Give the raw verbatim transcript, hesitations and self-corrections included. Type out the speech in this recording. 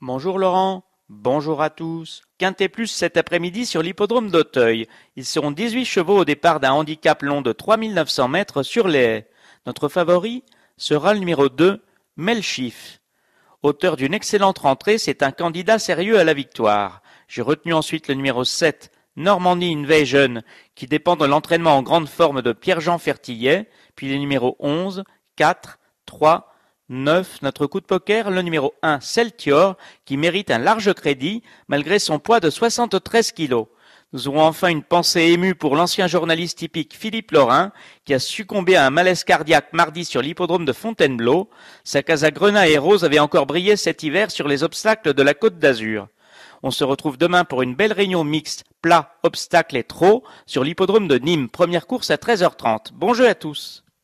Bonjour Laurent, bonjour à tous. Quintet plus cet après-midi sur l'hippodrome d'Auteuil. Ils seront dix-huit chevaux au départ d'un handicap long de trois mille neuf cents mètres sur les haies. Notre favori sera le numéro deux, Melchif. Auteur d'une excellente rentrée, c'est un candidat sérieux à la victoire. J'ai retenu ensuite le numéro sept, Normandie Invasion, qui dépend de l'entraînement en grande forme de Pierre-Jean Fertillet, puis les numéros onze, quatre, trois, neuf, notre coup de poker, le numéro un, Celtior, qui mérite un large crédit, malgré son poids de soixante-treize kilos. Nous aurons enfin une pensée émue pour l'ancien journaliste typique Philippe Laurin, qui a succombé à un malaise cardiaque mardi sur l'hippodrome de Fontainebleau. Sa Casa Grenat et Rose avait encore brillé cet hiver sur les obstacles de la Côte d'Azur. On se retrouve demain pour une belle réunion mixte, plat, obstacles et trot, sur l'hippodrome de Nîmes. Première course à treize heures trente. Bon jeu à tous.